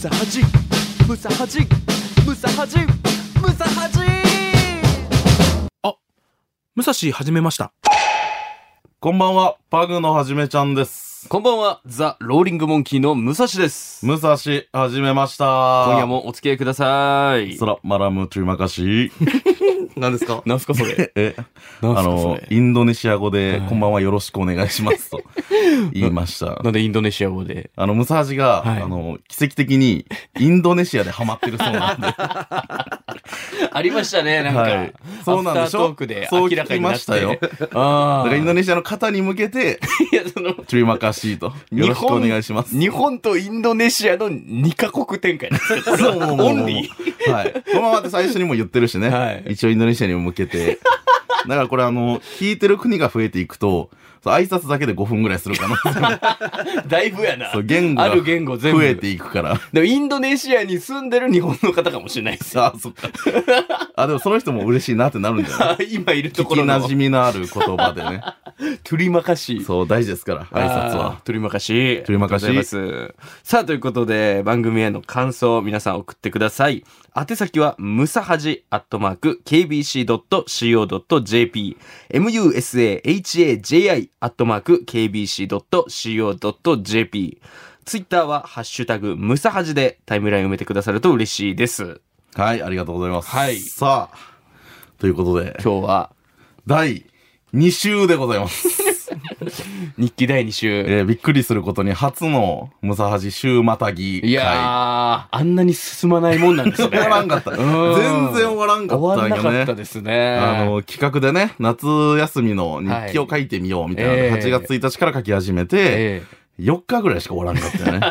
サハジムサハジムサハジムサハジ。あ、武蔵始めました。 こんばんは、パグのはじめちゃんです。 こんばんは、ザ・ローリングモンキーの武蔵です。 武蔵始めました。 今夜もお付き合いください。 そら、マラムトゥリマカシ。 何ですか？何すかそれ。 インドネシア語で、こんばんはよろしくお願いしますと言いました。 なんでインドネシア語で？ ムサハジが、奇跡的にインドネシアでハマってるそうなんで。 ありましたね、なんか。はい、 そうなんでしょ？ トークで明らかになって。そう聞きましたよ。 だからインドネシアの方に向けて、 いや、 トゥリマカシとよろしくお願いします。 日本とインドネシアの2カ国展開なんですよ。 そう、 オンリー。はい。このままで最初にも言ってるしね。はい、一応インドネシアにも向けて。だからこれ聞いてる国が増えていくと、挨拶だけで5分ぐらいするかな。 だいぶやな。 そう、言語が増えていくから。 でもインドネシアに住んでる日本の方かもしれないですよ。 あ、そっか。あ、でもその人も嬉しいなってなるんじゃない？ 今いるところの。聞き馴染みのある言葉でね。 トゥリマカシ。 そう、大事ですから、挨拶は。 トゥリマカシ。 トゥリマカシ。 さあ、ということで、番組への感想を皆さん送ってください。宛先は、ムサハジ@kbc.co.jp musahaji@kbc.co.jp ツイッターは、ハッシュタグ、ムサハジでタイムラインを埋めてくださると嬉しいです。 はい、ありがとうございます。 はい。 さあ、ということで、 今日は、 第2週でございます。 日記第2週。 びっくりすることに初のムサハジ週またぎ会。 いやー、あんなに進まないもんなんですね。 終わらんかった。全然終わらんかったんよね。 終わらなかったですね。 企画でね、夏休みの日記を書いてみようみたいな、8月1日から書き始めて、4日ぐらいしか終わらんかったよね。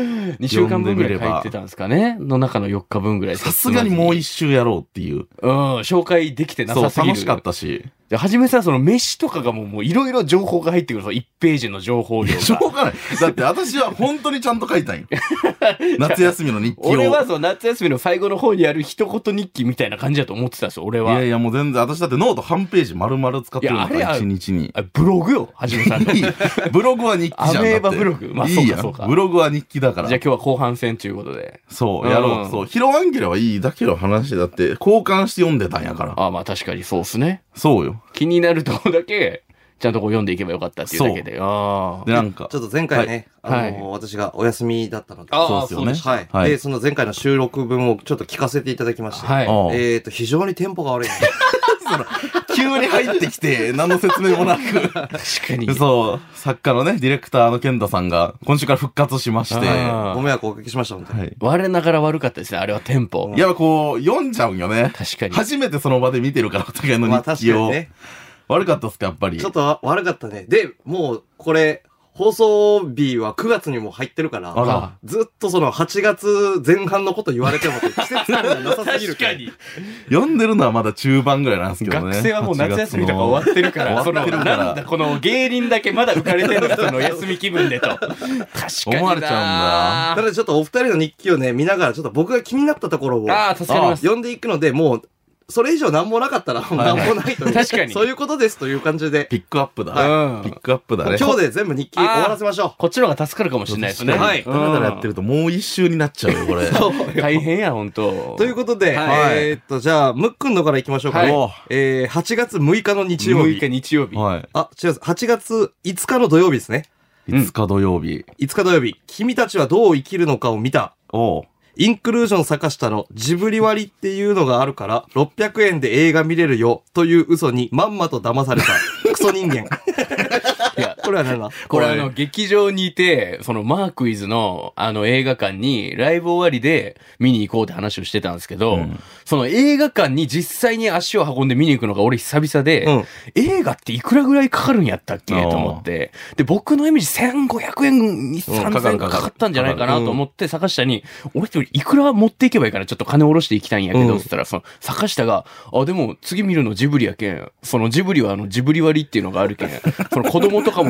2週間分ぐらい書いてたんですかねの中の4日分ぐらい。 さすがにもう1週やろうっていう。 紹介できてなさすぎる。 そう、楽しかったし。 はじめさ、その飯とかがもういろいろ情報が入ってくる。1ページの情報量が。 しょうがない。だって私は本当にちゃんと書いたんよ。夏休みの日記を。 俺はその夏休みの最後の方にある一言日記みたいな感じだと思ってたんですよ、俺は。 いやいや、もう全然、私だってノート半ページ丸々使ってるのから、1日に。 ブログよ、はじめさんの。 ブログは日記じゃん。 アメーバブログ。まあ、そうかそうか。 ブログは日記だから。 じゃあ今日は後半戦ということで。 そう、やろう。そう、拾わんければいいだけの話だって、交換して読んでたんやから。 あ、まあ確かにそうっすね。 そうよ。 気になるところだけ、ちゃんとこう読んでいけばよかったっていうだけで。ああ。で、なんか。 ちょっと前回ね、私がお休みだったので。 そうですよね。 はい。で、その前回の収録分をちょっと聞かせていただきまして。はい。非常にテンポが悪い。 急に入ってきて、何の説明もなく。 確かに。 そう、作家のね、ディレクターの健太さんが、今週から復活しまして。 ご迷惑をおかけしました、本当に。 我ながら悪かったですね、あれはテンポ。 いや、こう、読んじゃうんよね。 確かに。 初めてその場で見てるから、お互いの日記を。悪かったっすか、やっぱり。 ちょっと悪かったね。で、もう、これ、放送日は9月にも入ってるから、ずっとその8月前半のこと言われても季節感がなさすぎる。 確かに。 読んでるのはまだ中盤ぐらいなんですけどね。 学生はもう夏休みとか終わってるから、 終わってるから。 なんだ、この芸人だけまだ浮かれてるのその休み気分でと。確かに。 思われちゃうんだ。 ただちょっとお二人の日記をね、見ながらちょっと僕が気になったところを、 助かります。 読んでいくので、もう、それ以上何もなかったら何もないという。 確かに。 そういうことですという感じで。 ピックアップだ。ピックアップだね。 今日で全部日記終わらせましょう。 こっちの方が助かるかもしれないですね。 はい。 だらだらやってるともう一周になっちゃうよ、これ。 大変や、ほんと。 ということで、じゃあ、むっくんのから行きましょうかね。8月6日の日曜日。 6日日曜日。 はい。あ、違う、8月5日の土曜日ですね。 5日土曜日。 5日土曜日。君たちはどう生きるのかを見た。 おう。 インクルージョン坂下のジブリ割っていうのがあるから600円で映画見れるよという嘘にまんまと騙されたクソ人間。いや、これは何だ？ これ劇場にいて、そのマークイズの映画館にライブ終わりで見に行こうって話をしてたんですけど、その映画館に実際に足を運んで見に行くのが俺久々で、映画っていくらぐらいかかるんやったっけと思って、で、僕のイメージ1500円、3000円かかったんじゃないかなと思って坂下に、俺っていくら持っていけばいいかな、ちょっと金下ろしていきたいんやけど、つったら、その坂下が、でも次見るのジブリやけん、そのジブリはジブリ割っていうのがあるけん、その子供とかも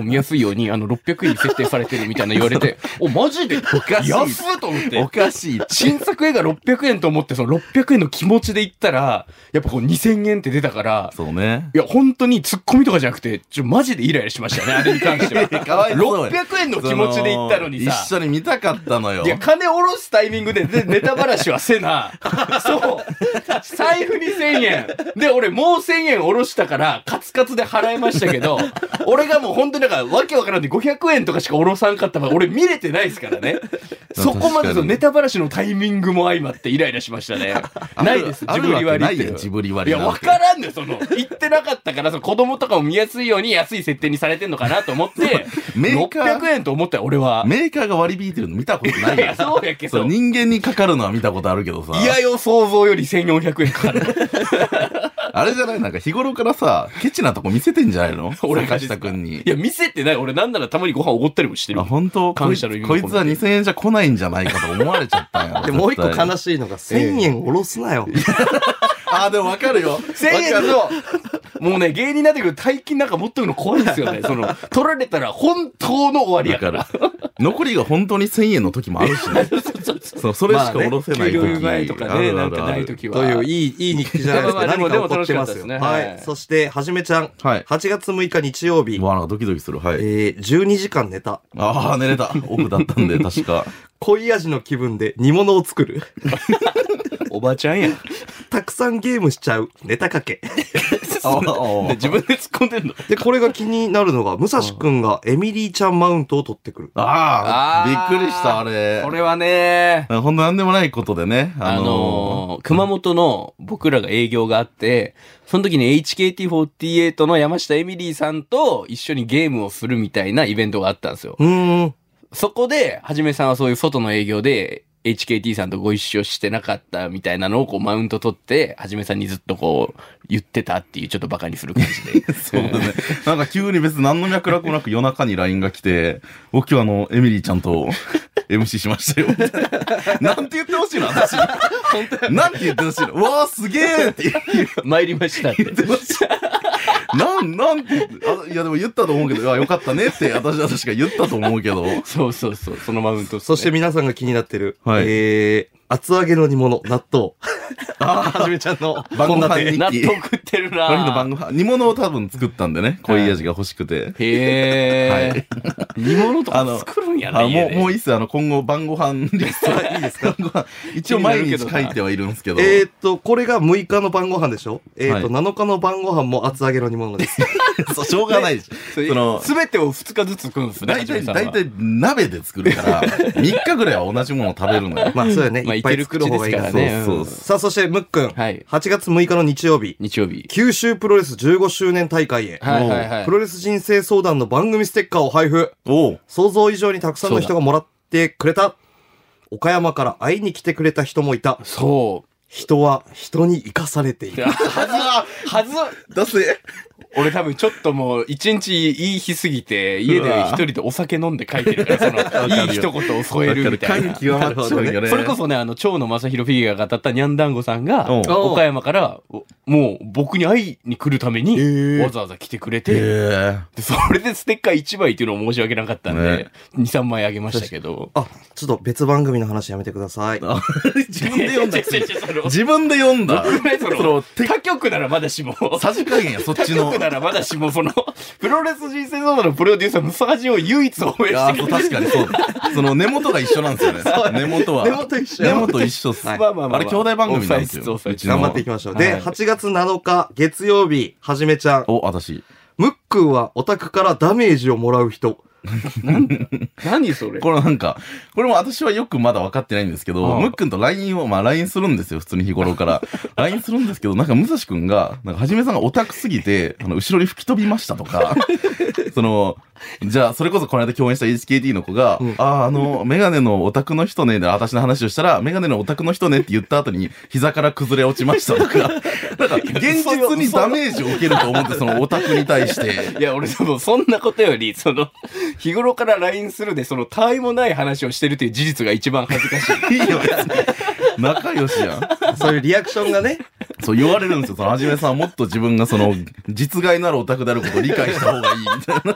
見やすいように、600円に設定されてるみたいな言われて、お、マジでおかしい。 安っと思って。 おかしい。 新作映画600円と思って、その600円の気持ちで言ったら、やっぱこう2000円って出たから、 そうね。 いや、本当にツッコミとかじゃなくて、マジでイライラしましたね、あれに関しては。 かわいそう。 600円の気持ちで言ったのにさ。 一緒に見たかったのよ。 いや、金下ろすタイミングでネタばらしはせな。そう。財布に1000円。で、俺もう1000円下ろしたから、カツカツで払いましたけど、俺がもう本当になんか、わけわからんで500円とかしか下ろさんかったから、俺見れてないですからね。そこまでのネタばらしのタイミングも相まってイライラしましたね。ないです、ジブリ割って。 ジブリ割。 いや、わからんねその、言ってなかったから、その子供とかも見やすいように安い設定にされてんのかなと思って、600円と思ったよ、俺は。 メーカーが割り引いてるの見たことないよ。 いや、そうやけど。 人間にかかるのは見たことあるけどさ。 いやよ、想像より1400円かかる。 あれじゃないなんか日頃からさ、ケチなとこ見せてんじゃないの俺坂下くんに。 いや、見せてない。俺なんならたまにご飯おごったりもしてる。 あ、本当感謝の意味こいつは2000円じゃ来ないんじゃないかと思われちゃったんや。 で、もう一個悲しいのが1000円下ろすなよ。 あ、でもわかるよ。 1000円の、もうね、芸人になってくると大金なんか持ってくるの怖いんですよね。その、取られたら本当の終わりやから。 残りが本当に1000円の時もあるしね。そう、それしか下ろせない時。 給料前とかね、なんかない時は。 という、いい日記じゃないですか。何か起こってますよ。 ね。 はい。そして、はじめちゃん。はい。8月6日日曜日。 わ、なんかドキドキする。はい。 12時間寝た。 ああ、寝れた。オフだったんで、確か。 濃い味の気分で煮物を作る。 おばちゃんやん。 たくさんゲームしちゃう。ネタかけ。 自分で突っ込んでんの。 で、これが気になるのが、武蔵くんがエミリーちゃんマウントを取ってくる。 ああ、びっくりした、あれ。 これはね、 ほんとなんでもないことでね。 熊本の僕らが営業があって、その時に HKT48 の山下エミリーさんと一緒にゲームをするみたいなイベントがあったんですよ。そこで、はじめさんはそういう外の営業で、HKT さんとご一緒してなかったみたいなのをこうマウント取って、はじめさんにずっとこう言ってたっていうちょっとバカにする感じで。 そうだね。なんか急に別に何の脈絡もなく夜中に LINE が来て、僕今日エミリーちゃんと MC しましたよ。なんて言ってほしいの私。なんて言ってほしいのうわーすげーって参りましたって。言ってました。 なんて、いやでも言ったと思うけど、よかったねって私は確か言ったと思うけど。 そう、そのマウント。 そして皆さんが気になってる、はい、厚揚げの煮物、納豆。はじめちゃんの晩ご飯日記。 納豆食ってるなこの日の晩ご飯。煮物を多分作ったんでね、濃い味が欲しくて。 へー。はい、煮物とか作るんやね。 もういいっすよ。今後晩ご飯リストはいいですか一応毎日書いてはいるんですけど。 これが6日の晩ご飯でしょ7日の晩ご飯も厚揚げの煮物です。 そう、しょうがないし。 すべてを2日ずつ作るんですね。 大体鍋で作るから、3日ぐらいは同じものを食べるのよ。 まあそうよね。いっぱい作る方がいいからね。そう。さあ、そしてむっくん。はい。8月6日の日曜日。九州プロレス15周年大会へ。はい。プロレス人生相談の番組ステッカーを配布。想像以上にたくさんの人がもらってくれた。岡山から会いに来てくれた人もいた。 そう。 人は人に生かされている。 はず出せ。 俺多分ちょっともう一日いい日すぎて、家で一人でお酒飲んで書いてるから、いい一言を添えるみたいな。それこそね、蝶野正宏フィギュアが当たったニャンダンゴさんが、岡山から、もう僕に会いに来るために、わざわざ来てくれて、でそれでステッカー1枚っていうのも申し訳なかったんで、2、3枚あげましたけど。 ちょっと別番組の話やめてください。 自分で読んだ。自分で読んだ。 他局ならまだしも。 さじ加減や、そっちの。 ならまだしも、プロレス人生相談のプロデューサー、ムサハジを唯一応援してくれる。 確かにそうだ。その根元が一緒なんですよね。根元は。 根元一緒。 根元一緒っす。あれ兄弟番組なんですよ。 頑張っていきましょう。で、8月7日、月曜日、はじめちゃん。 私。 ムックンはオタクからダメージをもらう人。 何それこれこれも私はよくまだ分かってないんですけど、ムックンと LINE を、LINE するんですよ、普通に日頃から。LINE するんですけど、なんか武蔵くんが、はじめさんがオタクすぎて、後ろに吹き飛びましたとか、じゃあ、それこそこの間共演した HKT の子が、メガネのオタクの人ね、で、私の話をしたら、メガネのオタクの人ねって言った後に、膝から崩れ落ちましたとか、なんか、現実にダメージを受けると思って、そのオタクに対して。 いや、俺、そんなことより、日頃から LINE するで、たわいもない話をしてるという事実が一番恥ずかしい。 いいよ、別に。仲良しやん。 そういうリアクションがね。 そう言われるんですよ。はじめさんはもっと自分が実害のあるオタクであることを理解した方がいいみたいな。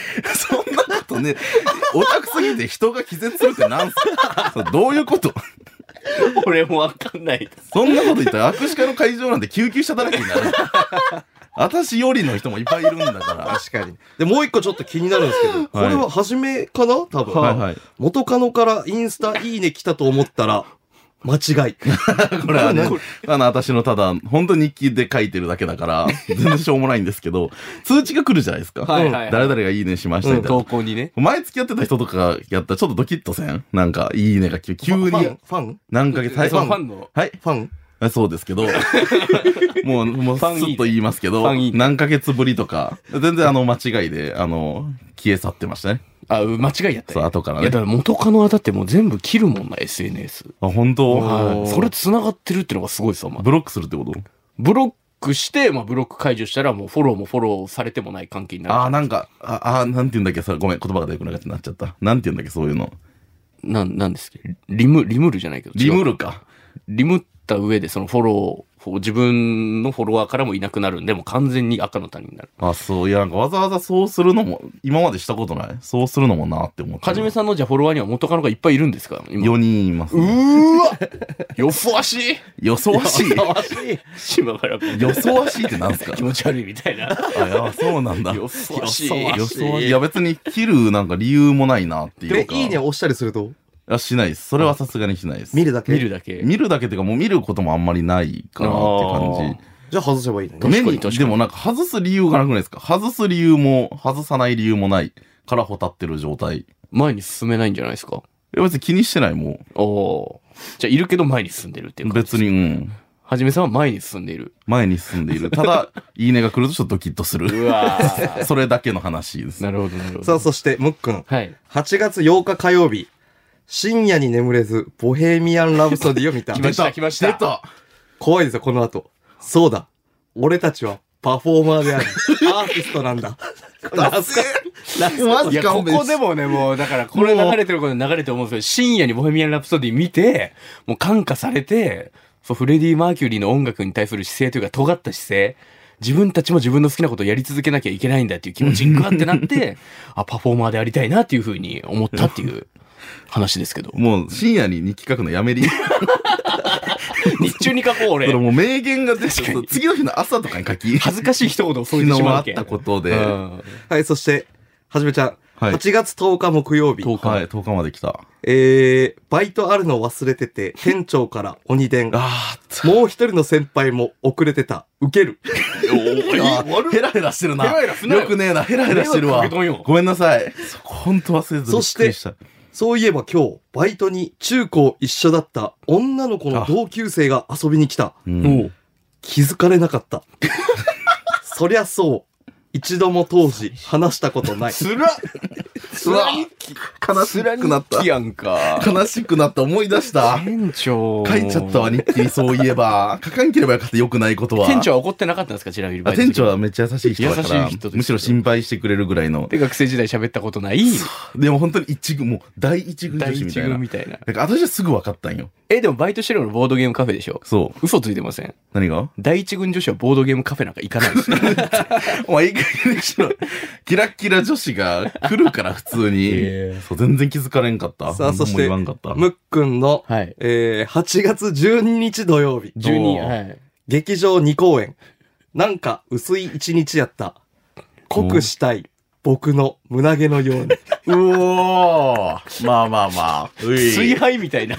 そんなことね、オタクすぎて人が気絶するってなんすか？どういうこと？ 俺もわかんない。 そんなこと言ったら握手会の会場なんて救急車だらけになる。私よりの人もいっぱいいるんだから。 確かに。で、もう一個ちょっと気になるんですけど、これは初めかな多分。はいはい。元カノからインスタいいね来たと思ったら、間違い。 これはね、私のただ、本当に日記で書いてるだけだから、全然しょうもないんですけど、通知が来るじゃないですか。はいはいはい、誰々がいいねしましたみたいな。 投稿にね。 前付き合ってた人とかやったらちょっとドキッとせん？なんか、いいねが急に。ファン何ヶ月、 ファンの。 はい。 ファンそうですけど、もうスッと言いますけど、何ヶ月ぶりとか、全然間違いで、消え去ってましたね。 間違いやった。 そう、後からね。 いや、だから元カノはだってもう全部切るもんな、SNS。 本当？ はい。それ繋がってるってのがすごいさ、 ブロックするってこと？ ブロックして、ブロック解除したらもうフォローされてもない関係になる。 なんか、なんて言うんだっけ、それごめん、言葉が出てこなくなっちゃった。なんて言うんだっけ、そういうの。 なんですけど、リムルじゃないけど。 リムルか。 リムった上でそのフォロー、自分のフォロワーからもいなくなるんで、もう完全に赤の他人になる。 そう。いや、なんかわざわざそうするのも、今までしたことない。そうするのもなって思って。 はじめさんのじゃあフォロワーには元カノがいっぱいいるんですか？ 今4人います、 ね。うーわよそわしいよそわしい島原君。 よそわしいってなんすか？ 気持ち悪いみたいな。 そうなんだ。 よそわしい。 よそわしい。いや別に切るなんか理由もないなっていうか。 いいね押したりすると？ しないです。それはさすがにしないです。 見るだけ見るだけっていうかもう見ることもあんまりないかなって感じ。 じゃあ外せばいいね。 でもなんか外す理由がなくないですか？外す理由も外さない理由もないからほたってる状態。 前に進めないんじゃないですか？ 別に気にしてないもん。 じゃあいるけど前に進んでるっていう感じですか？別に、はじめさんは前に進んでいる。 前に進んでいる。ただ、いいねが来るとちょっとドキッとする。 うわそれだけの話です。 なるほどなるほど。 さあ、そしてむっくん。 はい。 8月8日火曜日。深夜に眠れず、ボヘミアン・ラブソディを見た。 来ました。 出た。 怖いですよ、この後。そうだ。俺たちはパフォーマーであり、アーティストなんだ。 マジか。 ここでもね、もう、だから、これ流れてることで流れて思うんですけど、深夜にボヘミアン・ラプソディ見て、もう感化されて、フレディ・マーキュリーの音楽に対する姿勢というか、尖った姿勢、自分たちも自分の好きなことをやり続けなきゃいけないんだっていう気持ちにグワってなって、パフォーマーでありたいなっていうふうに思ったっていう話ですけど。 もう、深夜に日記書くのやめり。 日中に書こう、俺。 もう名言が出てくる。次の日の朝とかに書き。 恥ずかしい一言を添えてしまうけん。 昨日あったことで。 はい、そして、はじめちゃん。8月10日木曜日。 10日。はい、10日まで来た。 バイトあるの忘れてて、店長から鬼伝。もう一人の先輩も遅れてた。ウケる。 ヘラヘラしてるな。よくねえな、ヘラヘラしてるわ。ごめんなさい。本当忘れてた。 そして、そういえば今日、バイトに中高一緒だった女の子の同級生が遊びに来た。気づかれなかった。そりゃそう。一度も当時話したことない。 つら日記。 悲しくなった。 やんか。 悲しくなった。思い出した。 店長。 書いちゃったわ、日記にそういえば。書かんければよかった、良くないことは。 店長は怒ってなかったんですか、ちなみに。 店長はめっちゃ優しい人だから。むしろ心配してくれるぐらいの。 で、学生時代喋ったことない。 でも本当に一軍、もう第一軍女子みたいな。第一軍みたいな。 私はすぐ分かったんよ。 でもバイトしてるのボードゲームカフェでしょ？ そう。 嘘ついてません？ 何が？ 第一軍女子はボードゲームカフェなんか行かないですよ。 お前、いい加減にしろ。キラッキラ女子が来るから普通に。そう、全然気づかれんかった。 さあ、そして、むっくんの、8月12日土曜日。 はい。 劇場2公演。なんか薄い1日やった。濃くしたい。僕の胸毛のように。 うおー。まあまあまあ。 水杯みたいな。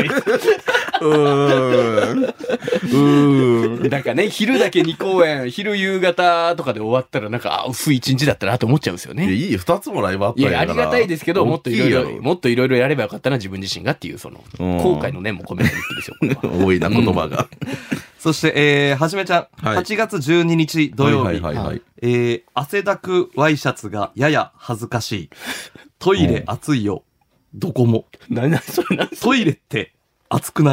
なんかね、昼だけ2公演、昼夕方とかで終わったらなんか、薄い1日だったなと思っちゃうんですよね。 いい、2つもライブあったんやから。 いや、ありがたいですけど、もっといろいろやればよかったな、自分自身がっていう、後悔の念も込めた日記ですよ。 多いな、言葉が。 そして、はじめちゃん、8月12日土曜日、汗だくワイシャツがやや恥ずかしい。トイレ暑いよ。どこも。 それトイレって暑くない？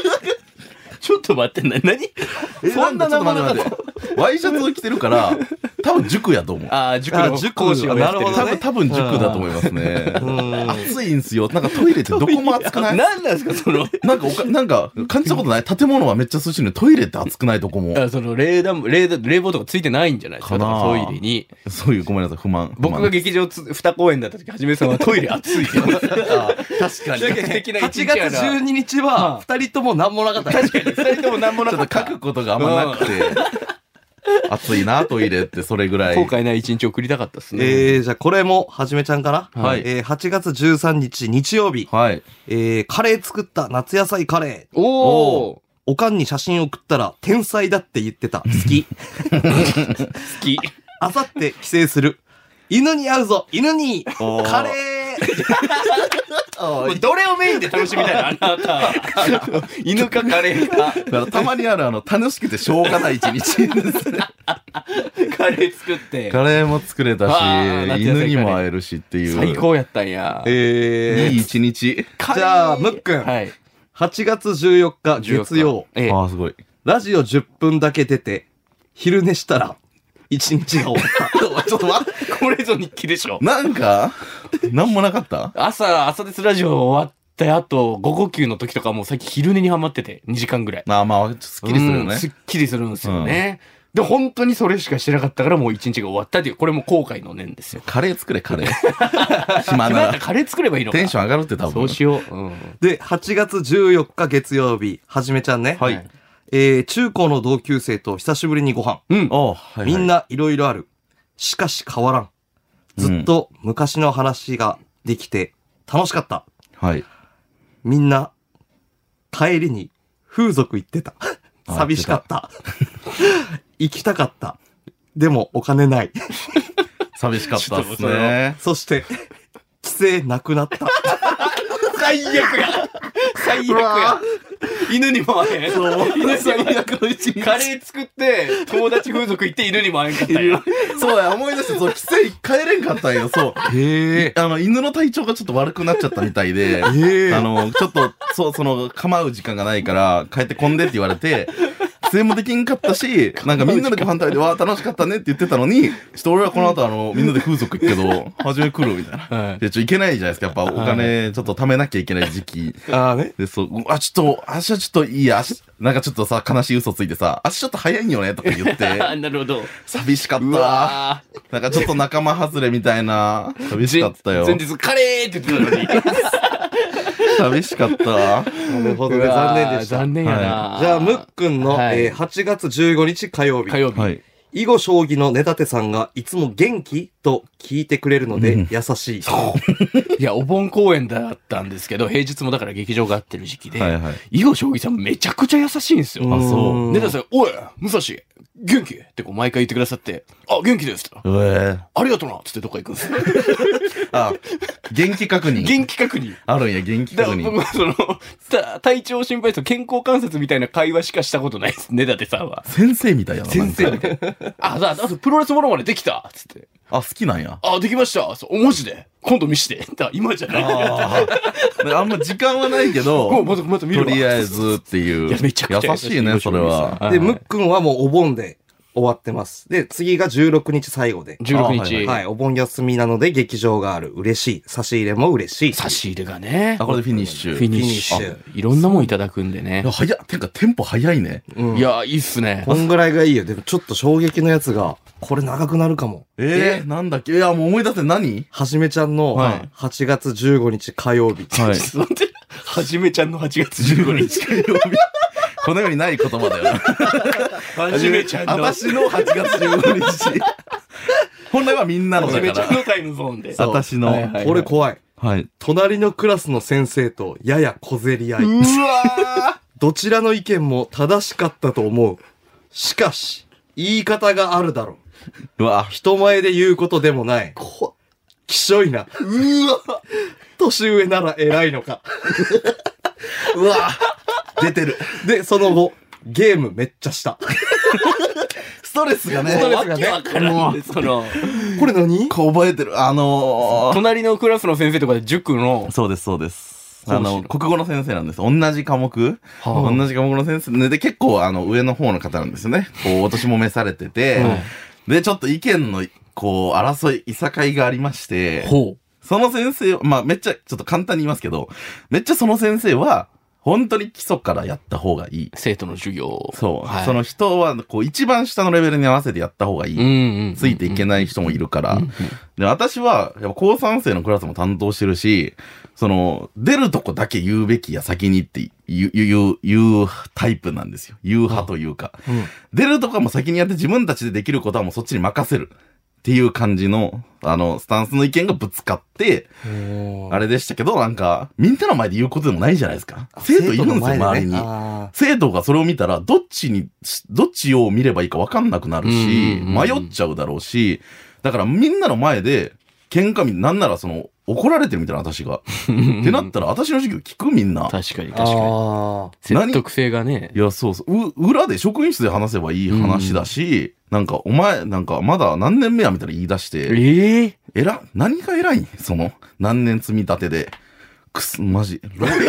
ちょっと待って、何そんな名前なの？ワイシャツを着てるから、 多分塾やと思う。 塾の講師をやってる。 多分塾だと思いますね。暑いんすよ。なんかトイレってどこも暑くない？ 何なんですか、その。 なんか、感じたことない？建物はめっちゃ涼しいのにトイレって暑くないとこも。 その冷房とかついてないんじゃないですか、トイレに。 そういう、ごめんなさい、不満。 僕が劇場2公演だった時、はじめさんはトイレ暑いって言ってた。確かに。 8月12日は、2人とも何もなかった。 確かに、2人とも何もなかった。 書くことがあんまなくて。暑いな、トイレってそれぐらい。 後悔ない一日送りたかったですね。 じゃあこれもはじめちゃんかな。 はい。 8月13日日曜日。 はい。 カレー作った夏野菜カレー。 おかんに写真送ったら天才だって言ってた。好き。 好き。 あさって帰省する。犬に会うぞ、犬にカレーどれをメインで楽しみたいな、あなた。犬かカレーか。 だからたまにある楽しくてしょうがない一日ですね。 カレー作って。 カレーも作れたし、犬にも会えるしっていう。 最高やったんや。 いい一日。 じゃあ、むっくん。はい。8月14日月曜。 ああ、すごい。 ラジオ10分だけ出て、昼寝したら、一日が終わった。 ちょっと待って、これぞ日記でしょ。 なんもなかった？ 朝ですラジオ終わった後、午後休の時とかもう最近昼寝にハマってて、2時間ぐらい。 まあ、すっきりするよね。 すっきりするんですよね。で、本当にそれしかしてなかったからもう一日が終わったっていう、これも後悔の念ですよ。 カレー作れ、カレー。暇なら。 カレー作ればいいのか。 テンション上がるって多分。 そうしよう。 で、8月14日月曜日、はじめちゃんね。 はい。 中高の同級生と久しぶりにご飯。みんないろいろある。しかし変わらん。ずっと昔の話ができて楽しかった。 はい。 みんな、帰りに風俗行ってた。寂しかった。行きたかった。でもお金ない。 寂しかったですね。 そして、帰省なくなった。 最悪や。最悪や。犬にも会えん。犬最悪の一日。カレー作って、友達風俗行って犬にも会えんかったんや。 そうや、思い出して、そう、帰省帰れんかったんよ、そう。犬の体調がちょっと悪くなっちゃったみたいで、ちょっと、構う時間がないから、帰ってこんでって言われて、帰省もできんかったし、なんかみんなでご飯食べて、わー楽しかったねって言ってたのに、ちょっと俺はこの後みんなで風俗行くけど、初め来るみたいな。で、行けないじゃないですか。やっぱお金ちょっと貯めなきゃいけない時期。で、そう、ちょっと、足はちょっといいや、なんかちょっとさ、悲しい嘘ついてさ、足ちょっと早いんよねとか言って。 なるほど。 寂しかったわ。なんかちょっと仲間外れみたいな。寂しかったよ。 前日カレーって言ってたのに。 寂しかったわ。 なるほどね、残念でした。 残念やな。 じゃあ、むっくんの8月15日火曜日。囲碁将棋の根立さんがいつも元気と聞いてくれるので優しい。 いや、お盆公演だったんですけど、平日もだから劇場が合ってる時期で、囲碁将棋さんめちゃくちゃ優しいんですよ。 あ、そう。 根立さん、おい、武蔵、元気ってこう毎回言ってくださって、あ、元気ですと。ありがとうなつってどっか行くんです。 あ、元気確認。 元気確認。 あるんや、元気確認。 体調心配する健康観察みたいな会話しかしたことないです、根立さんは。 先生みたいやな。 先生みたいな。あとプロレスものまでできたつって。 あ、好きなんや。 あ、できました。お、文字で。今度見して。今じゃない。 あんま時間はないけど、 また見るわ。 とりあえずっていう。 いや、めちゃくちゃ優しいね、それは。 で、むっくんはもうお盆で終わってます。で、次が16日最後で。 16日。 はい。お盆休みなので劇場がある。嬉しい。差し入れも嬉しい。 差し入れがね。 あ、これでフィニッシュ。 フィニッシュ。いろんなもんいただくんでね。 早っ。てか、テンポ早いね。 いや、いいっすね。 こんぐらいがいいよ。でもちょっと衝撃のやつが、これ長くなるかも。 なんだっけ？いや、もう思い出せ何？ はじめちゃんの8月15日火曜日。 はい。はじめちゃんの8月15日火曜日。 この世にない言葉だよな。 はじめちゃんの。 私の8月15日。本来はみんなのだから。 はじめちゃんのタイムゾーンで。 私の。 これ怖い。 はい。 隣のクラスの先生とやや小競り合い。うわどちらの意見も正しかったと思う。しかし、言い方があるだろう。 うわ人前で言うことでもない。きしょいな。年上なら偉いのか。 うわ出てる。 で、その後、ゲームめっちゃした。 ストレスがね。 ストレスがね。わからんで、 これ何？ 覚えてる。 隣のクラスの先生とかで塾の。 そうです、そうです。国語の先生なんです。同じ科目の先生で、結構、上の方の方なんですよね。こう、お年も召されてて、 で、ちょっと意見の、こう、争い、いさかいがありまして、その先生、まあ、めっちゃ、ちょっと簡単に言いますけど、めっちゃその先生は、本当に基礎からやった方がいい。 生徒の授業。 そう。はい、その人は、こう、一番下のレベルに合わせてやった方がいい。ついていけない人もいるから。で、私は、やっぱ高3生のクラスも担当してるし、その、出るとこだけ言うべきや先にって言うタイプなんですよ。言う派というか。出るとこも先にやって自分たちでできることはもうそっちに任せる。っていう感じの、スタンスの意見がぶつかって、あれでしたけど、なんか、みんなの前で言うことでもないじゃないですか。生徒いるんですよ、周りに。生徒がそれを見たら、どっちを見ればいいか分かんなくなるし、迷っちゃうだろうし、だからみんなの前で、なんなら怒られてるみたいな私が。ってなったら、私の授業聞くみんな。 確かに。説得性がね。 いや、そうそう。裏で職員室で話せばいい話だし、なんか、お前、なんか、まだ何年目やみたいな言い出して。何が偉いん何年積み立てで。マジ。 危なか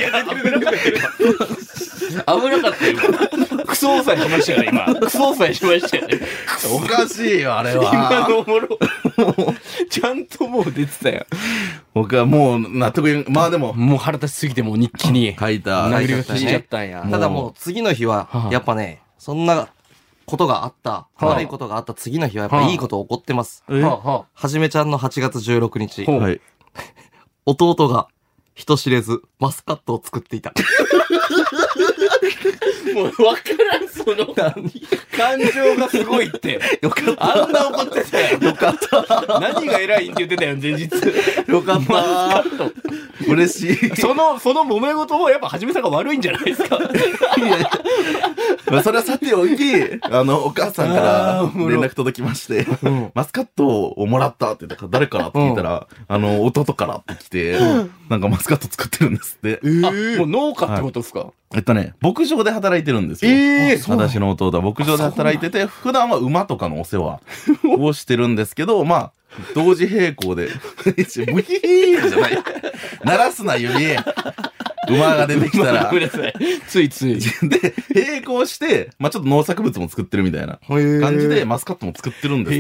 ったよ。クソ抑えしましたよね、今。クソ抑えしましたよね。 おかしいよ、あれは。 今のおもろ。ちゃんともう出てたよ。 僕はもう納得まあでも。 もう腹立ちすぎてもう日記に。 書いた。 殴り書きしちゃったんや。 ただもう次の日は、やっぱね、そんなことがあった、悪いことがあった次の日はやっぱいいこと起こってます。はじめちゃんの8月16日。弟が、人知れず、マスカットを作っていた。 もうわからん、その、感情がすごいって。 よかった。 あんな怒ってたやん。 よかった。 何が偉いんって言ってたやん、前日。 よかった。マスカット。嬉しい。 その揉め事もやっぱはじめさんが悪いんじゃないですか。 まあそれはさておき、お母さんから連絡届きまして、マスカットをもらったって言ったから、誰からって聞いたら、弟からって来て、なんかマスカット作ってるんですって。 もう農家ってことですか？ 牧場で働いてるんですよ。私の弟は牧場で働いてて、普段は馬とかのお世話をしてるんですけど、まあ、同時並行で、ブヒーじゃない。鳴らすな、指。馬が出てきたら。 ごめんなさい。ついつい。 で、並行して、まあちょっと農作物も作ってるみたいな感じで、マスカットも作ってるんですって。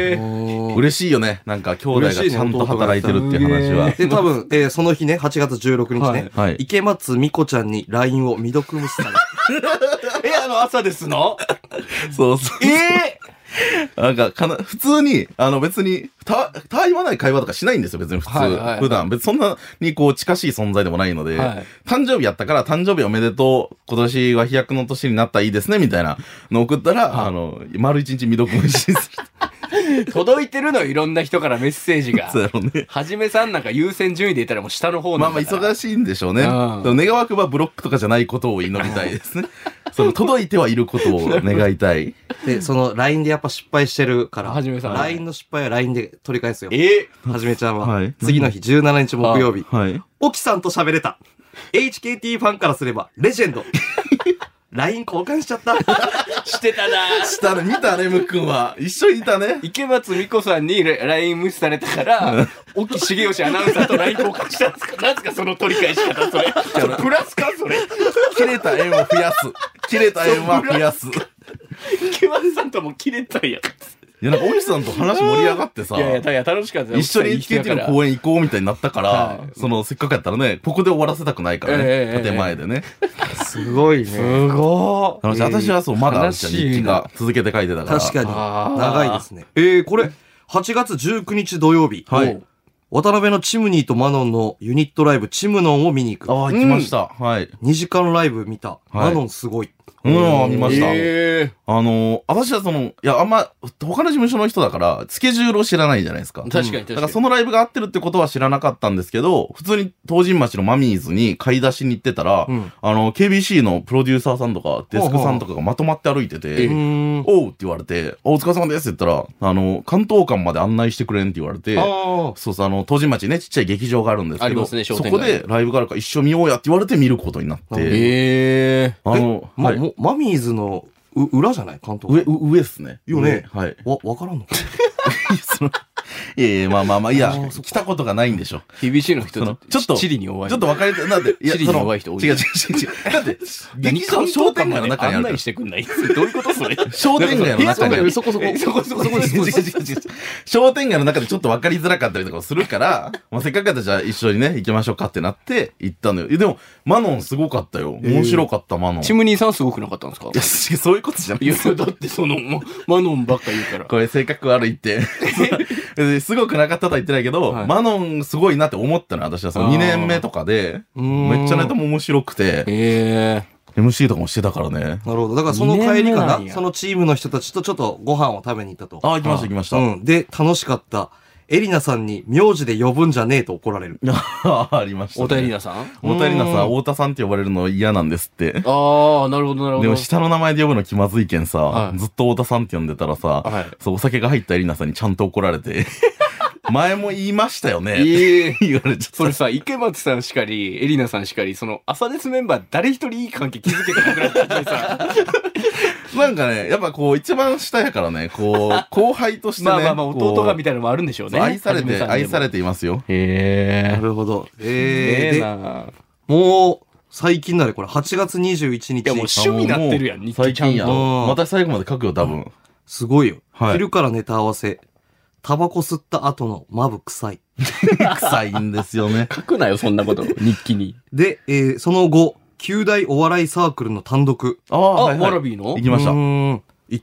嬉しいよね。なんか兄弟がちゃんと働いてるっていう話は。 で、多分、その日ね、8月16日ね、池松美子ちゃんに LINE を未読無視され。 朝ですの？ そうそう。なんか、普通に、別に、たわいもない会話とかしないんですよ、別に普通。普段。別にそんなにこう、近しい存在でもないので、誕生日やったから、誕生日おめでとう、今年は飛躍の年になったらいいですね、みたいなの送ったら、丸一日未読無視する。 届いてるのいろんな人からメッセージが。 そうやろね。 はじめさんなんか優先順位で言ったらもう下の方なんだから。 まあ忙しいんでしょうね。願わくばブロックとかじゃないことを祈りたいですね。届いてはいることを願いたい。 で、LINE でやっぱ失敗してるから。 はじめさん。 LINE の失敗は LINE で取り返すよ。はじめちゃんは。次の日17日木曜日。沖さんと喋れた。HKT ファンからすれば、レジェンド。LINE 交換しちゃった。 してたな。 したね。見たね、むっくんは。一緒にいたね。 池松美子さんに LINE 無視されたから、沖重義アナウンサーと LINE 交換したんですか？なんすかその取り返し方、それ。プラスかそれ。 切れた縁を増やす。切れた縁は増やす。 池松さんとも切れたんや。 いや、なんか、沖さんと話盛り上がってさ。 いや、楽しかった。 一緒に HKT の公演行こうみたいになったから、せっかくやったらね、ここで終わらせたくないからね。建前でね。 すごいね。 すごい。私はまだ日記が続けて書いてたから。 確かに。長いですね。これ、8月19日土曜日。渡辺のチムニーとマノンのユニットライブ、チムノンを見に行く。 行きました。はい。 2時間ライブ見た。マノンすごい。 見ました。私はあんま、他の事務所の人だから、スケジュールを知らないじゃないですか。 確かに。 だからそのライブが合ってるってことは知らなかったんですけど、普通に東神町のマミーズに買い出しに行ってたら、KBC のプロデューサーさんとか、デスクさんとかがまとまって歩いてて、おうって言われて、お疲れ様ですって言ったら、関東間まで案内してくれんって言われて、そうそう、東神町ね、ちっちゃい劇場があるんですけど、そこでライブがあるから一緒見ようやって言われて見ることになって、 マミーズの裏じゃない関東上っすね。 よね。 はい。 わからんのかいやいや、まあまあまあ、いや、来たことがないんでしょ。 TBC の人と、 ちょっと、 地理に弱い。 ちょっと分かりたい。だって、いや、 地理に弱い人多い。 違う。だって、劇場商店街の中にある。 案内してくんない。どういうことそれ。 商店街の中にある。 そこです。 商店街の中でちょっと分かりづらかったりとかするから、まあ、せっかくだったらじゃあ一緒にね、行きましょうかってなって行ったのよ。でも、マノンすごかったよ。面白かった、マノン。 チムニーさんすごくなかったんですか？ いや、そういうことじゃない。 いや、だってマノンばっか言うから。 これ性格悪いって。すごくなかったとは言ってないけど、マノンすごいなって思ったの。私はその2年目とかで、めっちゃネタも面白くて、MC とかもしてたからね。 なるほど。だからその帰りかな、そのチームの人たちとちょっとご飯を食べに行ったと。 あ、行きました行きました。 で、楽しかった。エリナさんに名字で呼ぶんじゃねえと怒られる。 ありました、ね。 太田エリナさん太田エリナさん、太田さんって呼ばれるの嫌なんですって。 ああ、なるほどなるほど。 でも下の名前で呼ぶの気まずいけんさ、ずっと太田さんって呼んでたらさ、そう、お酒が入ったエリナさんにちゃんと怒られて。前も言いましたよね。言われちゃった。 それさ、池松さんしかり、エリナさんしかり、その、朝ですメンバー誰一人いい関係築けてなくなったさ。 なんかね、やっぱこう、一番下やからね、こう、後輩としてね。 まあ弟がみたいなのもあるんでしょうね。 愛されていますよ。 なるほど。で、もう、最近なれこれ、8月21日。 いや、もう趣味になってるやん、日記ちゃんと。 また最後まで書くよ、多分。 すごいよ。昼からネタ合わせ。タバコ吸った後のマブ臭い。 臭いんですよね。 書くなよ、そんなこと。日記に。 で、その後、9大お笑いサークルの単独。 ワラビーの行きました。 行って、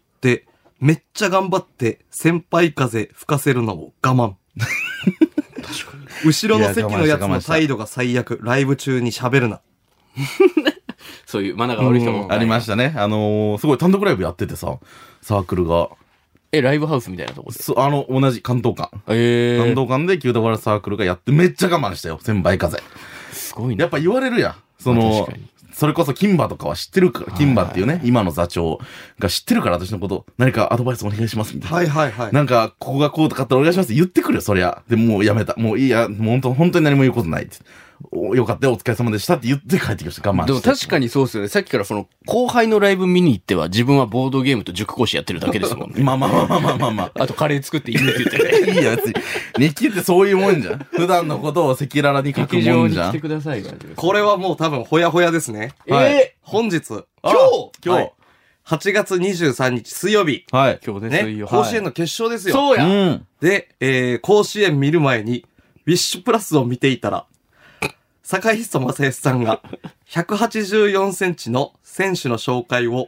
めっちゃ頑張って先輩風吹かせるのを我慢。確かに。後ろの席のやつの態度が最悪。ライブ中に喋るな。 そういうマナーが悪い人も。 ありましたね。すごい単独ライブやっててさ、サークルが。 ライブハウスみたいなとこで。 同じ関東館。関東館で9大お笑いサークルがやってめっちゃ我慢したよ。先輩風。 すごいね。 やっぱ言われるやん。それこそ金馬とかは知ってるから、金馬っていうね、今の座長が知ってるから私のこと、何かアドバイスお願いしますみたいな。なんか、ここがこうとかってお願いしますって言ってくるよ、そりゃ。でもうやめた。もういいや、もう本当に何も言うことないって。よかったよ、お疲れ様でしたって言って帰ってきました。我慢して。 でも確かにそうですよね。さっきからその、後輩のライブ見に行っては、自分はボードゲームと塾講師やってるだけですもんね。 まあ。 あとカレー作って犬って言ってね。いいやつ。日記ってそういうもんじゃん。普段のことを赤裸々に書くもんじゃん。 劇場に来てください。 これはもう多分ほやほやですね。本日。今日。8月23日水曜日。 はい。 今日ですよ。 甲子園の決勝ですよ。 そうや。 で、甲子園見る前に、ウィッシュプラスを見ていたら、坂井久正義さんが184センチの選手の紹介を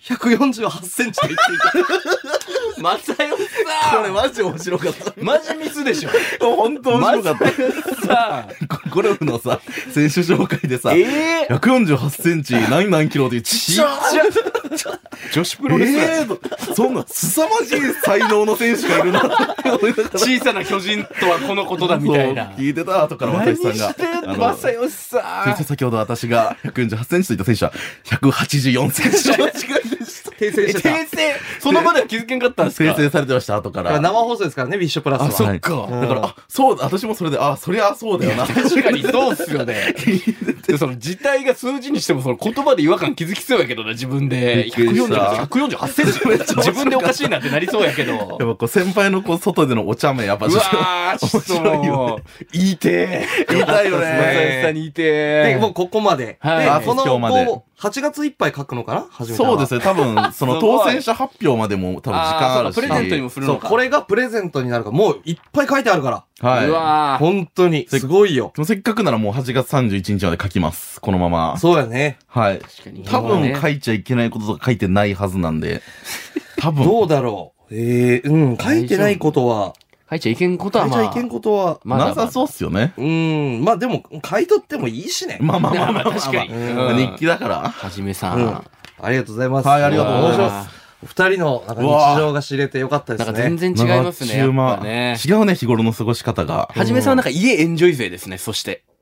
148センチで言っていた。 正義さんこれマジ面白かった。 マジミスでしょ。 本当面白かった。 さゴルフのさ、選手紹介でさ、148センチ、何キロってちっちゃ女子プロレスそんな凄まじい才能の選手がいるな。 小さな巨人とはこのことだみたいな。 聞いてた後から私さんが。 正義さん。 先ほど私が148センチと言った選手は184センチの違いでした。 訂正してた。 訂正その場では気づけんかったんですか？ 訂正されてました、後から。 生放送ですからね、ウィッシュプラスは。 そっか。 だから、そうだ、私もそれで、そりゃそうだよな。 確かにそうっすよね。で、その字体が数字にしても、その言葉で違和感気づきそうやけどな、自分で。148センチ自分でおかしいなってなりそうやけど。やっぱこう、先輩のこう、外でのお茶目、やっぱちょっともう、言いてー。言いたいよね。 正義さんに言いてー。 で、もうここまで。 で、 この、8月いっぱい書くのかな初めて。 そうですね。多分、その当選者発表までも多分時間あるし。 プレゼントにもするのか。 これがプレゼントになるから、もういっぱい書いてあるから。 はい。 うわ本当に。すごいよ。 せっかくならもう8月31日まで書きます。このまま。 そうやね。 はい。多分書いちゃいけないこととか書いてないはずなんで。多分。 どうだろう。書いてないことは。 書いちゃいけんことは書いちゃいけんことは。 なさそうっすよね。 まあでも、書いとってもいいしね。 まあ確かに。 日記だから。 はじめさん。 ありがとうございます。 はい、ありがとうございます。 お二人のなんか日常が知れてよかったですね。 なんか全然違いますね。やっぱね。 違うね、日頃の過ごし方が。 はじめさんはなんか家エンジョイ勢ですね、そして。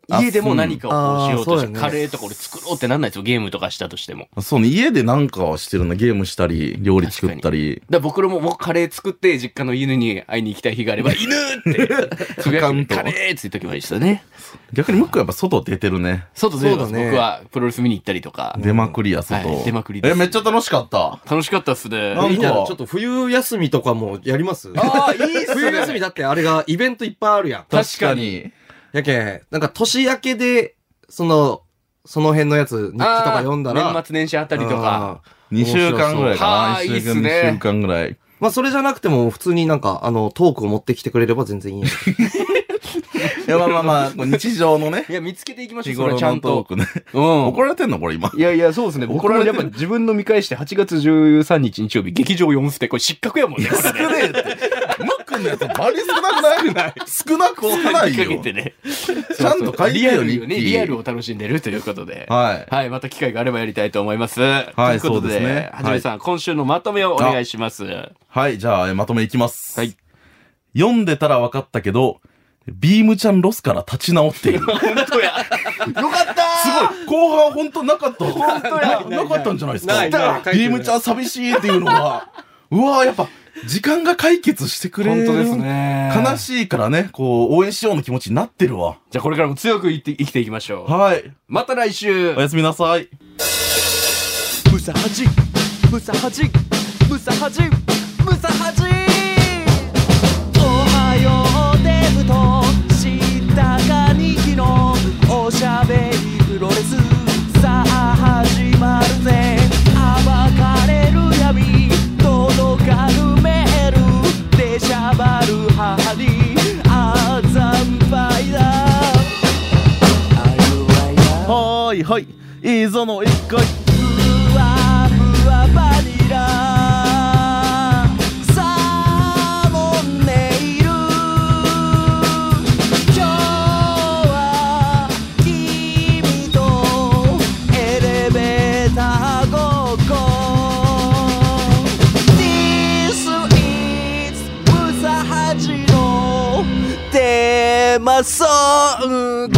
家でも何かをこうしようとして、カレーとか俺作ろうってなんないですよ、ゲームとかしたとしても。 そうね、家でなんかはしてるな、ゲームしたり、料理作ったり。 僕らもカレー作って、実家の犬に会いに行きたい日があれば、犬ってつぶやくカレーって言っときましたね。 逆にムックやっぱ外出てるね。 外出てます。僕はプロレス見に行ったりとか。 出まくりや、外。 出まくりです。 めっちゃ楽しかった。 楽しかったっすね。 ちょっと冬休みとかもやります？ ああ、いいっすね。 冬休みだってあれがイベントいっぱいあるやん。 確かに。 やけなんか年明けで、その辺のやつ、日記とか読んだら。 年末年始あたりとか。 2週間ぐらいかな。1週間、2週間ぐらい。 まあそれじゃなくても普通になんか、トークを持ってきてくれれば全然いい。 いや、まあ、日常のね。 いや、見つけていきましょう、 日頃のちゃんと。 トークね。怒られてんのこれ今。 いや、そうですね。僕らやっぱ自分の見返して8月13日日曜日、劇場4ステ、これ失格やもんね。 少ねえって。ムックのやつバリ少なくない？少なくないよ。ちゃんと書いてよ、 リアルを楽しんでるということで。 はい。 はい。また機会があればやりたいと思います。 はい、そうですね。 はじめさん、今週のまとめをお願いします。 はい、じゃあ、まとめいきます。 はい。 読んでたら分かったけど、ビームちゃんロスから立ち直っている。 本当や。よかったすごい後半本当なかった。 本当や。 なかったんじゃないですか。 ないビームちゃん寂しいっていうのは、うわーやっぱ、時間が解決してくれる。 本当ですね。 悲しいからね、こう、応援しようの気持ちになってるわ。 じゃあこれからも強く生きていきましょう。 はい。 また来週。 おやすみなさい。 ムサハジ、ムサハジ、ムサハジ、ムサハジ。おはようデブとしたかにきのおしゃべりプロレスさあ始まるぜ。暴かれる闇届かぬメールでしゃばる母にあざんぱいだ。 はいはいいいぞの一回。 ふわふわバニラサーモンネイル今日は君とエレベーターごっこ This is ムサハジのテーマソング